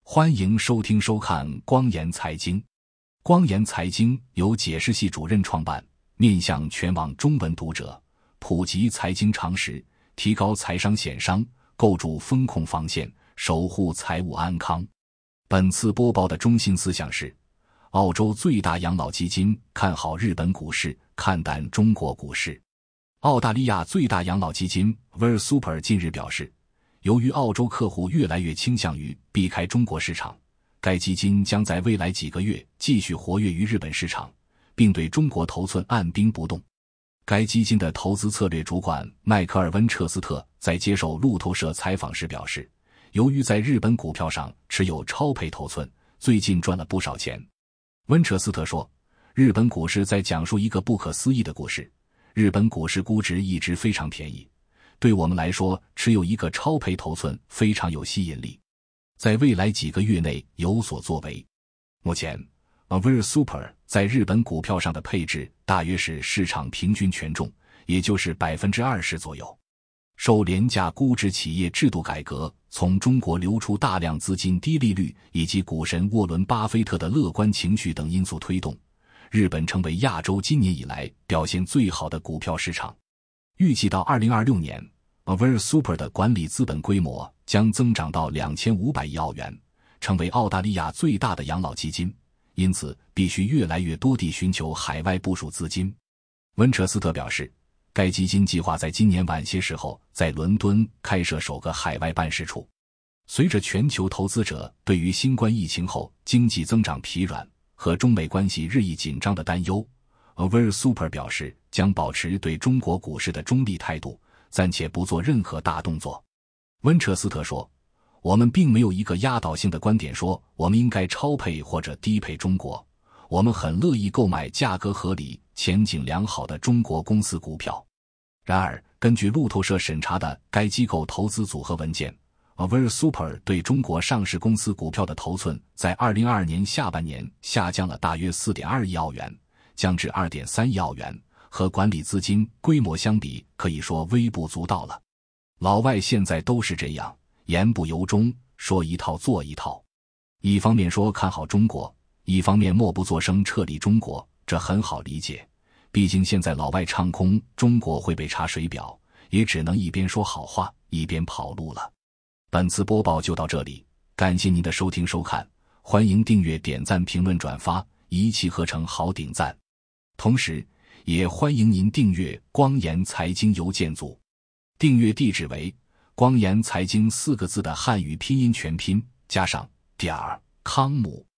欢迎收听收看光言财经。光言财经由解释系主任创办，面向全网中文读者，普及财经常识，提高财商险商，构筑风控防线，守护财务安康。本次播报的中心思想是：澳洲最大养老基金看好日本股市，看淡中国股市。澳大利亚最大养老基金 VerSuper 近日表示，由于澳洲客户越来越倾向于避开中国市场，该基金将在未来几个月继续活跃于日本市场，并对中国头寸按兵不动。该基金的投资策略主管迈克尔·温彻斯特在接受路透社采访时表示，由于在日本股票上持有超配头寸，最近赚了不少钱。温彻斯特说，日本股市在讲述一个不可思议的故事，日本股市估值一直非常便宜，对我们来说，持有一个超配头寸非常有吸引力，在未来几个月内有所作为。目前 VerSuper 在日本股票上的配置大约是市场平均权重，也就是 20% 左右。受廉价估值企业制度改革，从中国流出大量资金、低利率以及股神沃伦·巴菲特的乐观情绪等因素推动，日本成为亚洲今年以来表现最好的股票市场。预计到2026年，VerSuper 的管理资本规模将增长到2500亿澳元，成为澳大利亚最大的养老基金，因此必须越来越多地寻求海外部署资金。温彻斯特表示，该基金计划在今年晚些时候在伦敦开设首个海外办事处。随着全球投资者对于新冠疫情后经济增长疲软和中美关系日益紧张的担忧，VerSuper 表示将保持对中国股市的中立态度，暂且不做任何大动作。温彻斯特说，我们并没有一个压倒性的观点说我们应该超配或者低配中国，我们很乐意购买价格合理、前景良好的中国公司股票。然而，根据路透社审查的该机构投资组合文件，VerSuper 对中国上市公司股票的头寸在2022年下半年下降了大约 4.2 亿澳元，降至 2.3 亿澳元，和管理资金规模相比可以说微不足道了。老外现在都是这样，言不由衷，说一套做一套，一方面说看好中国，一方面默不作声撤离中国，这很好理解，毕竟现在老外唱空中国会被查水表，也只能一边说好话一边跑路了。本次播报就到这里，感谢您的收听收看，欢迎订阅、点赞、评论、转发，一气呵成好顶赞。同时也欢迎您订阅光言财经邮件组，订阅地址为光言财经4个字的汉语拼音全拼加上.com